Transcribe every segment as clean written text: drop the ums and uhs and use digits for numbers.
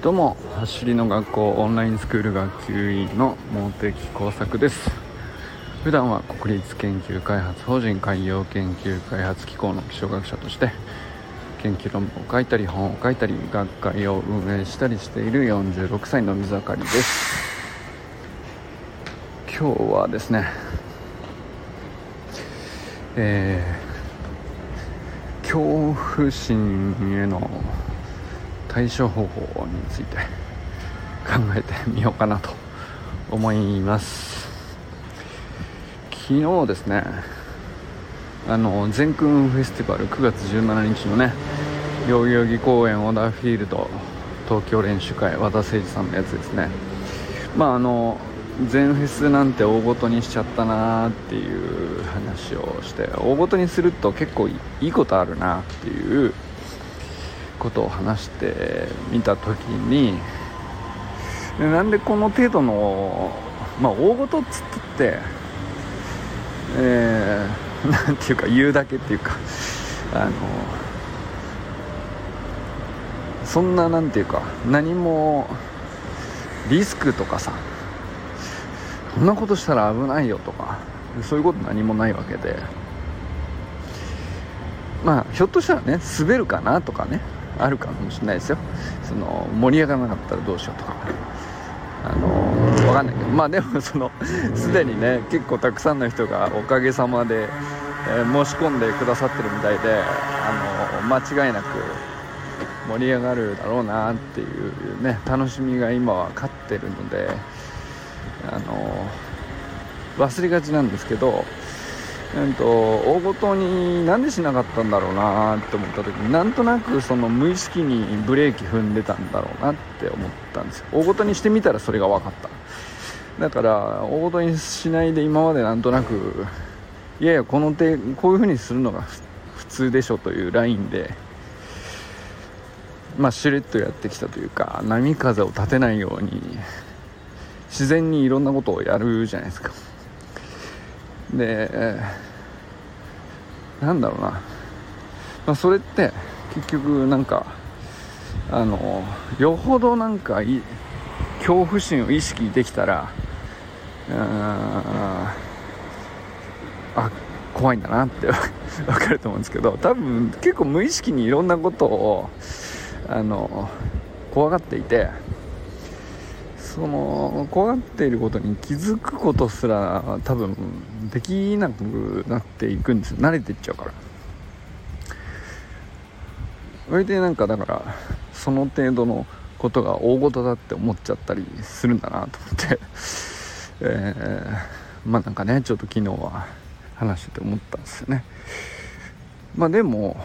どうも、走りの学校オンラインスクール学級委員の茂木耕作です。普段は国立研究開発法人海洋研究開発機構の気象学者として研究論文を書いたり本を書いたり学会を運営したりしている46歳の水明です。今日はですね、恐怖心への対処方法について考えてみようかなと思います。昨日ですね、全空フェスティバル9月17日のね、代々木公園オーダーフィールド東京練習会、和田誠二さんのやつですね。全フェスなんて大ごとにしちゃったなっていう話をして、大ごとにすると結構いいことあるなっていうことを話してみたときに、なんでこの程度の大ごとっつってなんていうか言うだけっていうか、そんななんていうか何もリスクとかさ、こんなことしたら危ないよとかそういうこと何もないわけで、ひょっとしたらね滑るかなとかねあるかもしれないですよ。その盛り上がらなかったらどうしようとか分かんないけど、でもすでにね結構たくさんの人がおかげさまで、申し込んでくださってるみたいで、間違いなく盛り上がるだろうなっていうね楽しみが今は勝ってるので、忘れがちなんですけど、大ごとになんでしなかったんだろうなって思った時に、なんとなくその無意識にブレーキ踏んでたんだろうなって思ったんですよ。大ごとにしてみたらそれが分かった。だから大ごとにしないで今までなんとなくこういう風にするのが普通でしょというラインでしれっとやってきたというか、波風を立てないように自然にいろんなことをやるじゃないですか。で、なんだろうな、それって結局よほど恐怖心を意識できたら怖いんだなって分かると思うんですけど、多分結構無意識にいろんなことを怖がっていて、その怖がっていることに気づくことすら多分できなくなっていくんですよ。慣れていっちゃうから。割とだからその程度のことが大事だって思っちゃったりするんだなと思って、ちょっと昨日は話してて思ったんですよね。でも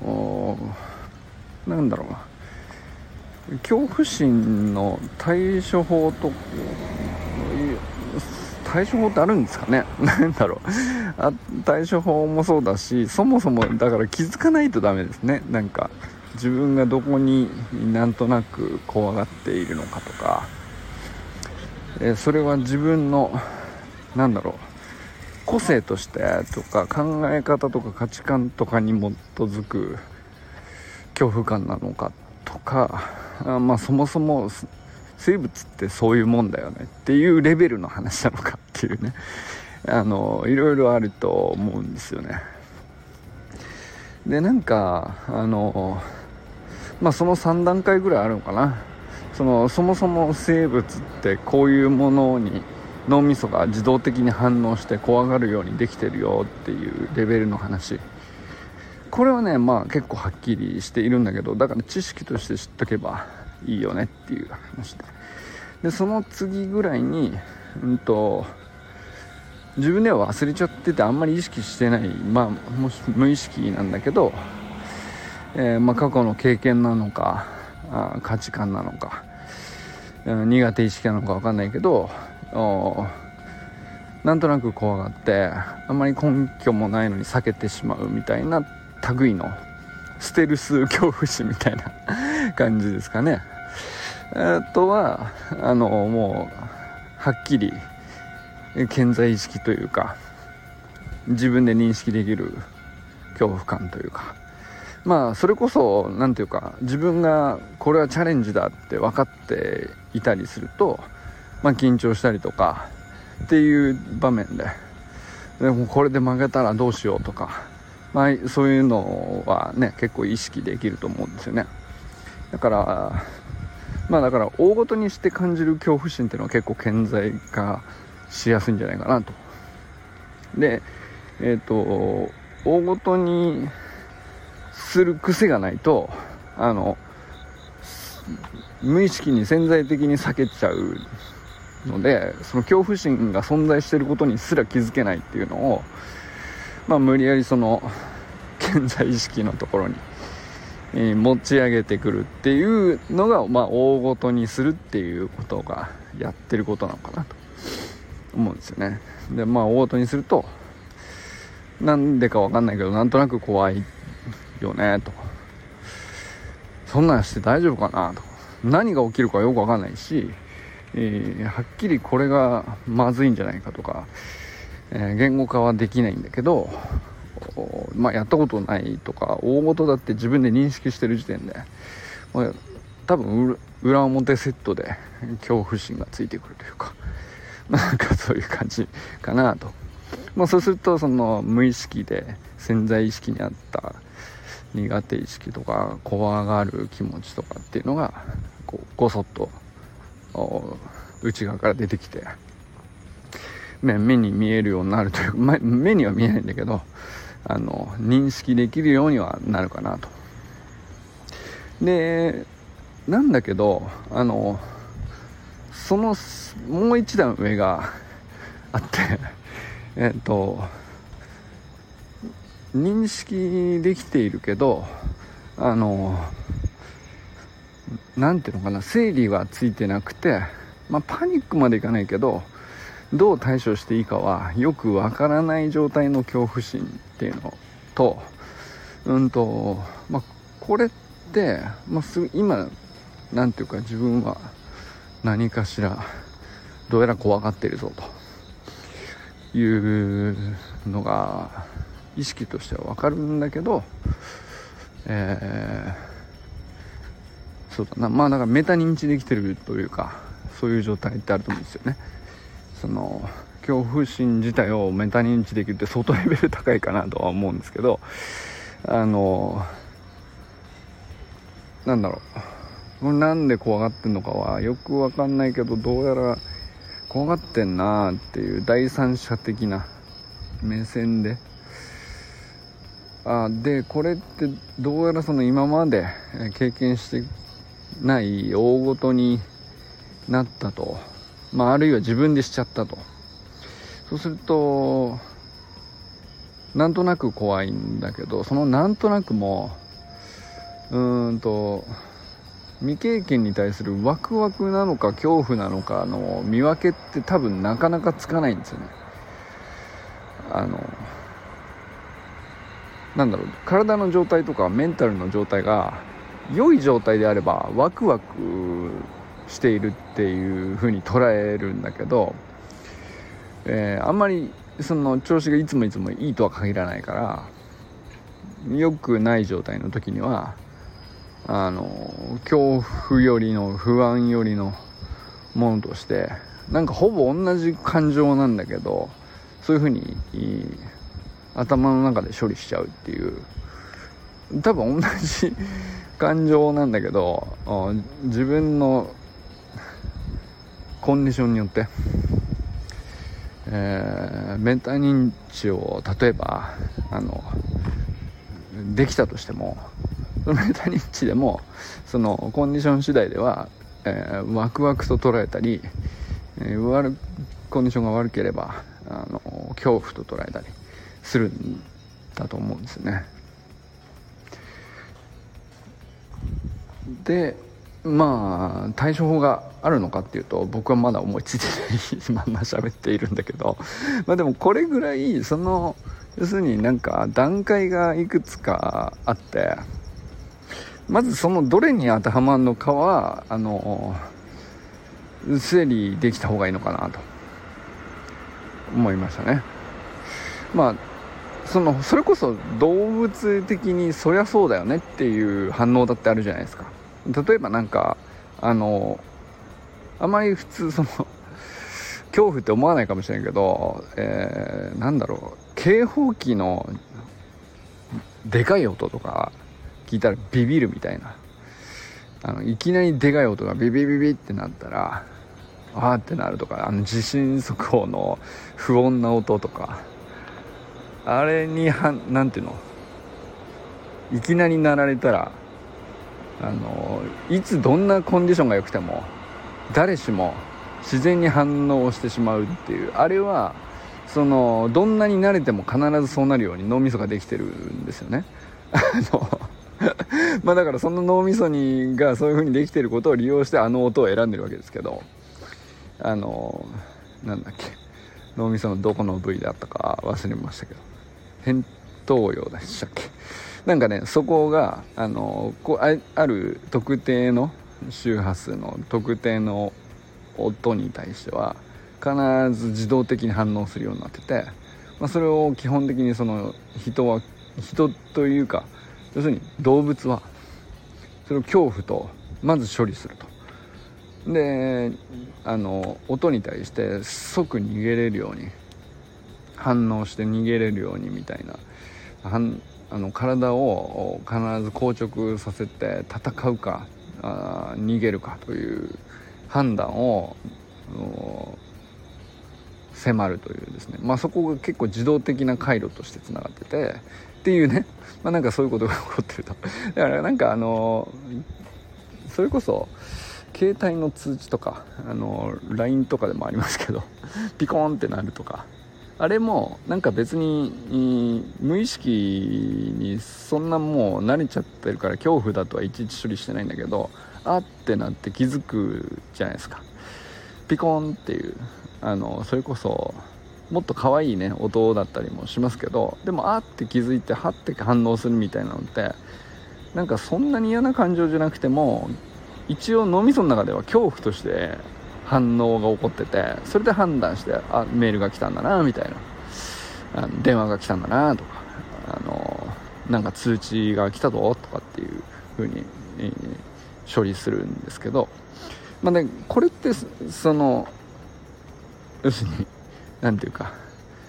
恐怖心の対処法ってあるんですかね。対処法もそうだし、そもそもだから気づかないとダメですね。自分がどこになんとなく怖がっているのかとか、それは自分の個性としてとか考え方とか価値観とかに基づく恐怖感なのかとか、そもそも生物ってそういうもんだよねっていうレベルの話なのかっていうね、いろいろあると思うんですよね。でその3段階ぐらいあるのかな。そもそも生物ってこういうものに脳みそが自動的に反応して怖がるようにできてるよっていうレベルの話、これはね結構はっきりしているんだけど、だから知識として知っとけばいいよねっていう話で、その次ぐらいに自分では忘れちゃっててあんまり意識してない、もし無意識なんだけど、過去の経験なのか価値観なのか苦手意識なのか分かんないけど、なんとなく怖がってあんまり根拠もないのに避けてしまうみたいな類のステルス恐怖心みたいな感じですかね。あとはもうはっきり潜在意識というか自分で認識できる恐怖感というか、 それこそなんていうか、自分がこれはチャレンジだって分かっていたりすると、緊張したりとかっていう場面でもこれで負けたらどうしようとか、そういうのはね結構意識できると思うんですよね。だから大ごとにして感じる恐怖心っていうのは結構顕在化しやすいんじゃないかなと。で大ごとにする癖がないと無意識に潜在的に避けちゃうので、その恐怖心が存在していることにすら気づけないっていうのを、無理やりその潜在意識のところに、持ち上げてくるっていうのが、大ごとにするっていうことがやってることなのかなと思うんですよね。で大ごとにすると、なんでかわかんないけどなんとなく怖いよねと、そんなんして大丈夫かなと、何が起きるかよくわかんないし、はっきりこれがまずいんじゃないかとか、言語化はできないんだけど、やったことないとか大事だって自分で認識してる時点で、多分裏表セットで恐怖心がついてくるというか、そういう感じかなと。そうするとその無意識で潜在意識にあった苦手意識とか怖がる気持ちとかっていうのがごそっと内側から出てきて、目に見えるようになるというか、目には見えないんだけど認識できるようにはなるかなと。でなんだけどそのもう一段上があって認識できているけどなんていうのかな、整理はついてなくて、パニックまでいかないけどどう対処していいかはよくわからない状態の恐怖心っていうのと、これって、今なんていうか、自分は何かしらどうやら怖がっているぞというのが意識としてはわかるんだけど、そうだな、だからメタ認知できてるというか、そういう状態ってあると思うんですよね。その恐怖心自体をメタ認知できるって相当レベル高いかなとは思うんですけど、なんで怖がってんのかはよくわかんないけど、どうやら怖がってんなっていう第三者的な目線で、でこれってどうやらその今まで経験してない大ごとになったと、あるいは自分でしちゃったと。そうするとなんとなく怖いんだけど、そのなんとなくも未経験に対するワクワクなのか恐怖なのかの見分けって多分なかなかつかないんですよね。体の状態とかメンタルの状態が良い状態であればワクワクしているっていう風に捉えるんだけど、あんまりその調子がいつもいいとは限らないから、良くない状態の時には恐怖よりの不安よりのものとしてほぼ同じ感情なんだけど、そういう風に頭の中で処理しちゃうっていう、多分同じ感情なんだけど自分のコンディションによって、メタ認知を例えばできたとしても、そのメタ認知でもそのコンディション次第では、ワクワクと捉えたり、コンディションが悪ければ恐怖と捉えたりするんだと思うんですよね。で対処法があるのかっていうと、僕はまだ思いついてないまんま喋っているんだけど、でもこれぐらい要するに段階がいくつかあって、まずそのどれに当てはまるのかは整理できた方がいいのかなと思いましたね。 それこそ動物的にそりゃそうだよねっていう反応だってあるじゃないですか。例えばなんかあまり普通恐怖って思わないかもしれないけど、なんだろう、警報器のでかい音とか聞いたらビビるみたいな、いきなりでかい音がビビビビってなったらあーってなるとか、地震速報の不穏な音とか、あれになんていうの、いきなり鳴られたらいつどんなコンディションが良くても誰しも自然に反応してしまうっていう、あれはどんなに慣れても必ずそうなるように脳みそができてるんですよね。まあだからその脳みそがそういう風にできてることを利用して音を選んでるわけですけど、なんだっけ、脳みそのどこの部位だったか忘れましたけど、扁桃葉でしたっけ、なんかね、そこがある特定の周波数の特定の音に対しては必ず自動的に反応するようになってて、それを基本的に人というか、要するに動物はそれを恐怖とまず処理すると。で音に対して即逃げれるように反応して逃げれるようにみたいな、体を必ず硬直させて戦うか逃げるかという判断を迫るというですね、そこが結構自動的な回路としてつながっててっていうね、なんかそういうことが起こってると。だからなんかそれこそ携帯の通知とかLINE とかでもありますけどピコーンってなるとか、あれもなんか別に無意識にそんなもう慣れちゃってるから恐怖だとはいちいち処理してないんだけど、あってなって気づくじゃないですか。ピコーンっていうそれこそもっと可愛いね音だったりもしますけど、でもあって気づいてはって反応するみたいなのってなんかそんなに嫌な感情じゃなくても一応脳みその中では恐怖として反応が起こってて、それで判断してメールが来たんだなみたいな、電話が来たんだなとか、なんか通知が来たぞとかっていう風に、処理するんですけど、これって要するになんていうか、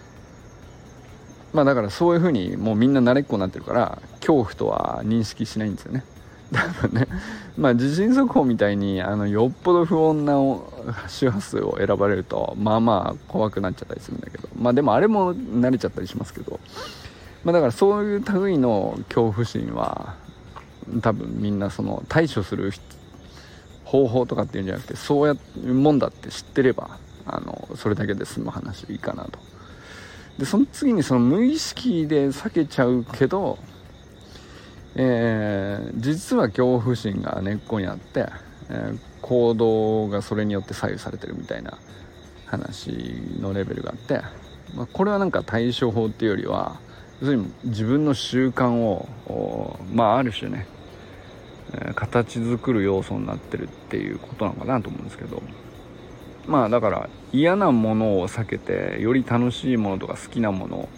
だからそういう風にもうみんな慣れっこになってるから恐怖とは認識しないんですよね。多分ね、地震速報みたいによっぽど不穏な周波数を選ばれると怖くなっちゃったりするんだけど、でもあれも慣れちゃったりしますけど、だからそういう類の恐怖心は多分みんな対処する方法とかっていうんじゃなくて、そういうもんだって知ってればそれだけで済む話いいかなと。でその次に無意識で避けちゃうけど実は恐怖心が根っこにあって、行動がそれによって左右されてるみたいな話のレベルがあって、これはなんか対処法っていうよりは要するに自分の習慣をある種ね、形作る要素になってるっていうことなのかなと思うんですけど、だから嫌なものを避けてより楽しいものとか好きなもの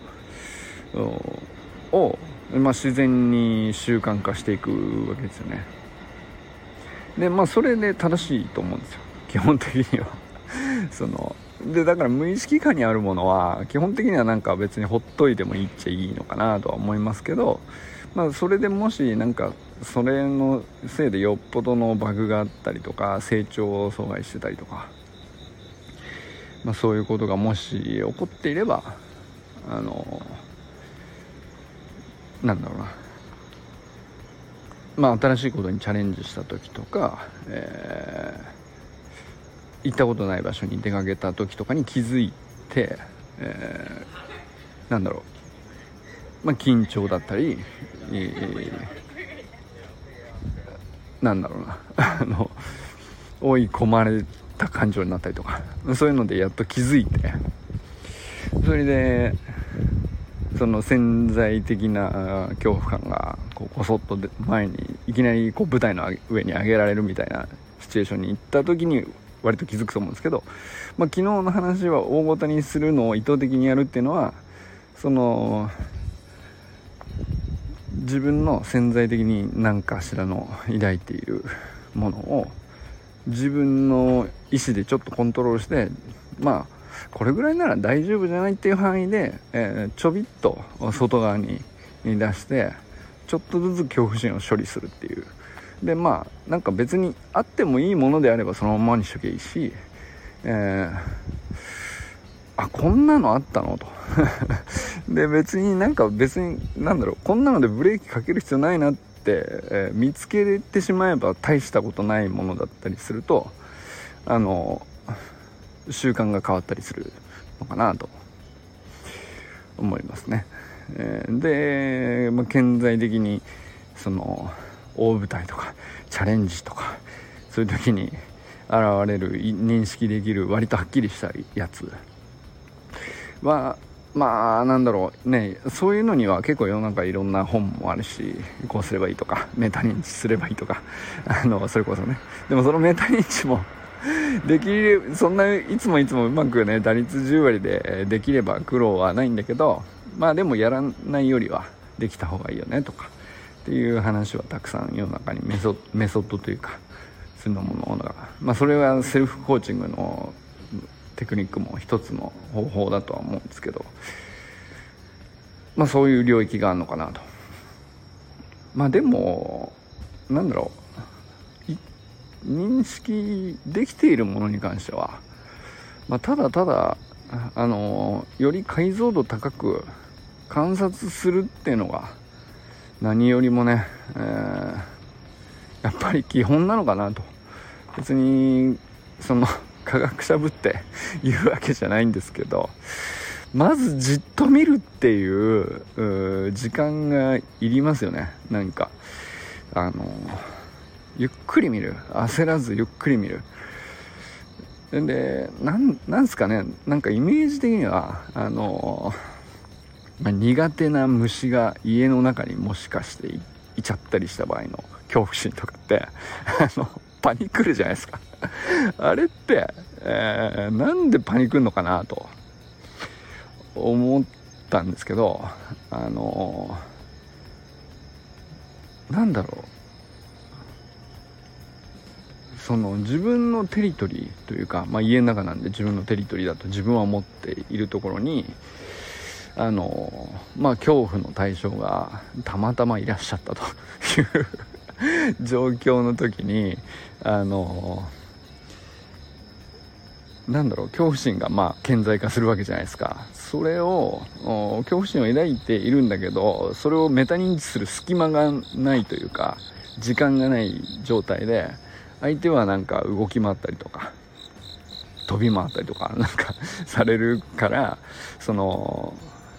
を自然に習慣化していくわけですよね。でそれで正しいと思うんですよ基本的にはでだから無意識下にあるものは基本的にはなんか別にほっといてもいいっちゃいいのかなとは思いますけど、それでもしなんかそれのせいでよっぽどのバグがあったりとか成長を阻害してたりとか、そういうことがもし起こっていればなんだろうな、新しいことにチャレンジした時とか、行ったことない場所に出かけた時とかに気づいて、なんだろう、緊張だったり、なんだろうな追い込まれた感情になったりとか、そういうのでやっと気づいて、それで潜在的な恐怖感がこそっと前にいきなり舞台の上に上げられるみたいなシチュエーションに行った時に割と気づくと思うんですけど、昨日の話は大ごとにするのを意図的にやるっていうのは自分の潜在的に何かしらの抱いているものを自分の意思でちょっとコントロールして、まあこれぐらいなら大丈夫じゃないっていう範囲で、ちょびっと外側に出してちょっとずつ恐怖心を処理するっていう。でまあなんか別にあってもいいものであればそのままにしとけばいいし、こんなのあったのとで別になんだろう、こんなのでブレーキかける必要ないなって、見つけてしまえば大したことないものだったりすると習慣が変わったりするのかなと思いますね。で、顕在的にその大舞台とかチャレンジとかそういう時に現れる認識できる割とはっきりしたやつはなんだろうね、そういうのには結構世の中いろんな本もあるし、こうすればいいとかメタ認知すればいいとかそれこそね。でもそのメタ認知もできる、そんないつもうまくね打率10割でできれば苦労はないんだけど、でもやらないよりはできた方がいいよねとかっていう話はたくさん世の中にメソッドというかそういうものが、それはセルフコーチングのテクニックも一つの方法だとは思うんですけど、そういう領域があるのかなと。でもなんだろう、認識できているものに関しては、ただただより解像度高く観察するっていうのが何よりもね、やっぱり基本なのかなと。別にその科学者ぶって言うわけじゃないんですけど、まずじっと見るっていう時間がいりますよね。なんかゆっくり見る、焦らずゆっくり見る。でなんすかね、なんかイメージ的には苦手な虫が家の中にもしかしていちゃったりした場合の恐怖心とかってパニクるじゃないですかあれって、なんでパニクるのかなと思ったんですけど、なんだろう、その自分のテリトリーというか、家の中なんで自分のテリトリーだと自分は思っているところに恐怖の対象がたまたまいらっしゃったという状況の時になんだろう、恐怖心が顕在化するわけじゃないですか。それを恐怖心を抱いているんだけど、それをメタ認知する隙間がないというか時間がない状態で、相手はなんか動き回ったりとか飛び回ったりとかなんかされるから、その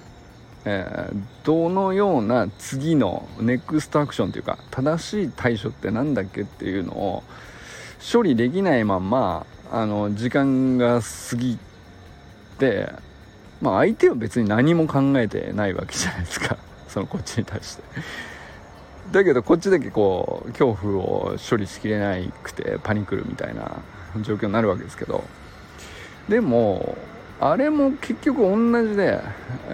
どのような次のネクストアクションというか正しい対処ってなんだっけっていうのを処理できないまま時間が過ぎて、相手は別に何も考えてないわけじゃないですかそのこっちに対して。だけどこっちだけこう恐怖を処理しきれなくてパニクるみたいな状況になるわけですけど、でもあれも結局同じで、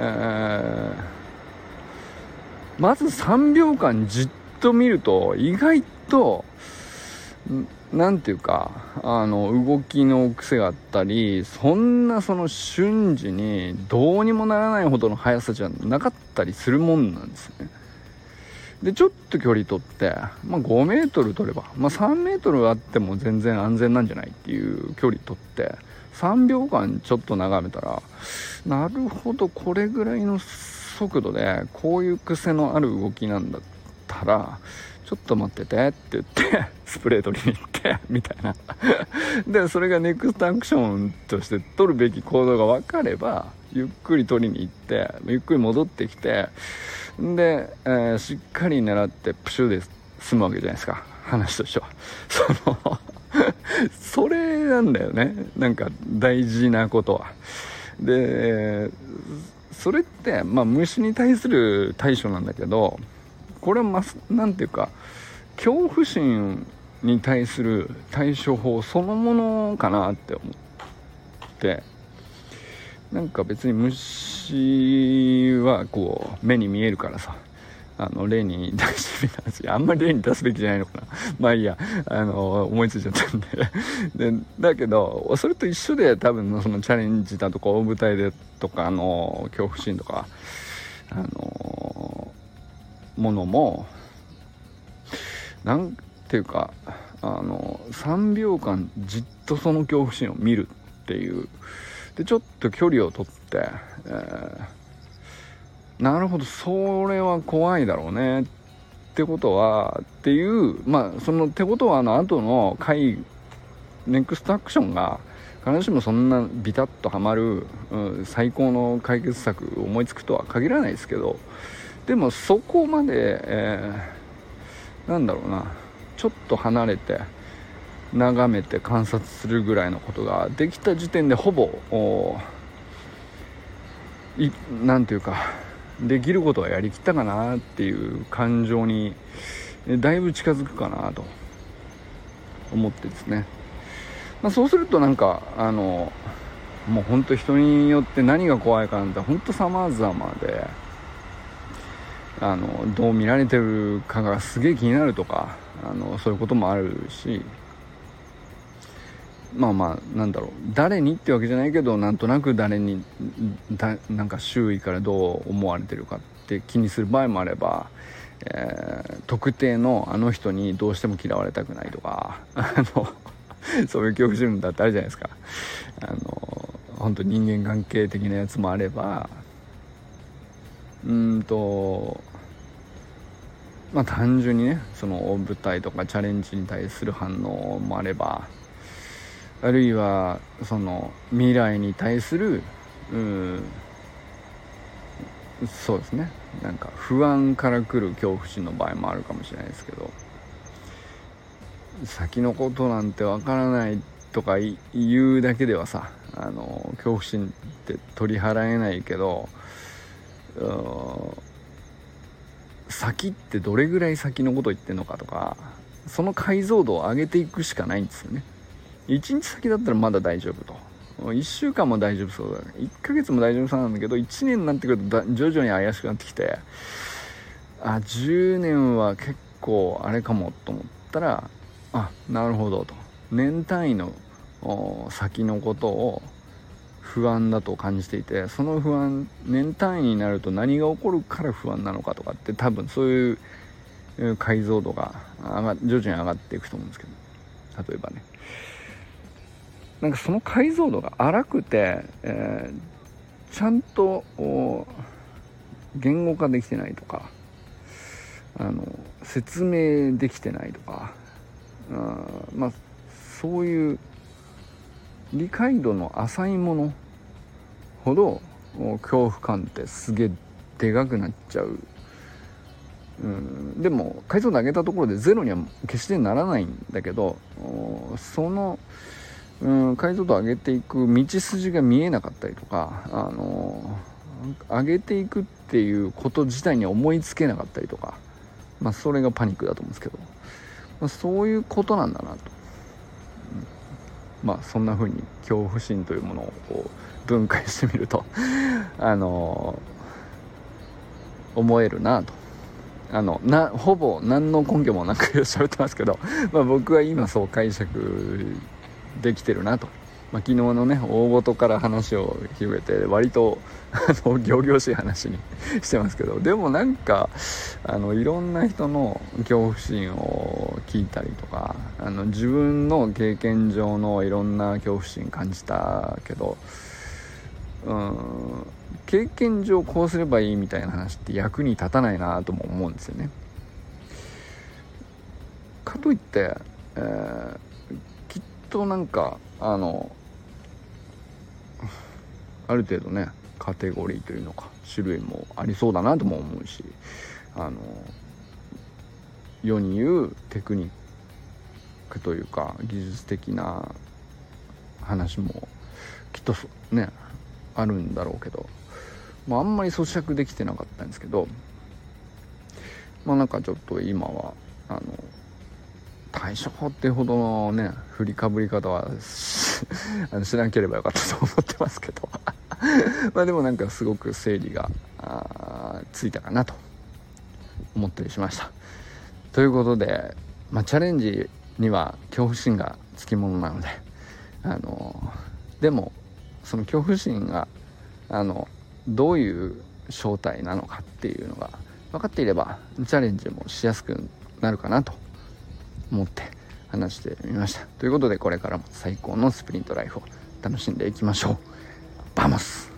まず3秒間じっと見ると意外となんていうか動きの癖があったり、その瞬時にどうにもならないほどの速さじゃなかったりするもんなんですね。でちょっと距離取って、5メートル取れば、3メートルあっても全然安全なんじゃないっていう距離取って3秒間ちょっと眺めたら、なるほどこれぐらいの速度でこういう癖のある動きなんだったらちょっと待っててって言ってスプレー取りに行ってみたいなでそれがネクストアクションとして取るべき行動が分かればゆっくり取りに行ってゆっくり戻ってきてで、しっかり狙ってプシュで済むわけじゃないですか、話としては。それなんだよね、なんか大事なことは。でそれって虫に対する対処なんだけど、これはなんていうか恐怖心に対する対処法そのものかなって思って、なんか別に虫はこう目に見えるからさ、 例に出してみたんですけど、あんまり例に出すべきじゃないのかなまあいいや、思いついちゃったんでだけどそれと一緒で、多分そのチャレンジだとか大舞台でとか恐怖心とかものもなんていうか3秒間じっとその恐怖心を見るっていうで、ちょっと距離を取って、なるほどそれは怖いだろうねってことはっていう、まあそのってことは後のネクストアクションが必ずしもそんなビタッとはまる、最高の解決策を思いつくとは限らないですけど、でもそこまで、なんだろうな、ちょっと離れて眺めて観察するぐらいのことができた時点でほぼなんていうかできることはやりきったかなっていう感情にだいぶ近づくかなと思ってですね、そうするとなんかもう本当人によって何が怖いかなんて本当様々でどう見られてるかがすげえ気になるとかそういうこともあるし、なんだろう、誰にってわけじゃないけど、なんとなく誰になんか周囲からどう思われてるかって気にする場合もあれば、特定のあの人にどうしても嫌われたくないとかそういう恐怖心だってあるじゃないですか。本当人間関係的なやつもあれば、単純にね、その大舞台とかチャレンジに対する反応もあれば、あるいはその未来に対するそうですね、なんか不安から来る恐怖心の場合もあるかもしれないですけど、先のことなんてわからないとか言うだけではさ、恐怖心って取り払えないけど、先ってどれぐらい先のこと言ってんのかとか、その解像度を上げていくしかないんですよね。1日先だったらまだ大丈夫と、1週間も大丈夫そうだ、1ヶ月も大丈夫そうなんだけど、1年になってくると徐々に怪しくなってきて、10年は結構あれかもと思ったら、なるほどと、年単位の先のことを不安だと感じていて、その不安、年単位になると何が起こるから不安なのかとかって、多分そういう解像度が徐々に上がっていくと思うんですけど、例えばね、なんかその解像度が荒くて、ちゃんと言語化できてないとか、説明できてないとか、そういう理解度の浅いものほど恐怖感ってすげえでかくなっちゃう。でも解像度上げたところでゼロには決してならないんだけど、その解像度上げていく道筋が見えなかったりとか、上げていくっていうこと自体に思いつけなかったりとか、それがパニックだと思うんですけど、そういうことなんだなと、そんな風に恐怖心というものをこう分解してみると思えるなと。ほぼ何の根拠もなく喋ってますけど、僕は今そう解釈できてるなと。昨日のね大事から話を広げて割と仰々しい話にしてますけど、でもなんかいろんな人の恐怖心を聞いたりとか、自分の経験上のいろんな恐怖心感じたけど、経験上こうすればいいみたいな話って役に立たないなとも思うんですよね。かといって、きっとなんかある程度ねカテゴリーというのか種類もありそうだなとも思うし、世に言うテクニックというか技術的な話もきっとねあるんだろうけど、あんまり咀嚼できてなかったんですけど、なんかちょっと今は対処法っていうほどのね振りかぶり方はしなければよかったと思ってますけどでもなんかすごく整理がついたかなと思ったりしました。ということで、チャレンジには恐怖心がつきものなので、でもその恐怖心がどういう正体なのかっていうのが分かっていればチャレンジもしやすくなるかなと思って話してみました。ということで、これからも最高のスプリントライフを楽しんでいきましょう。バモス。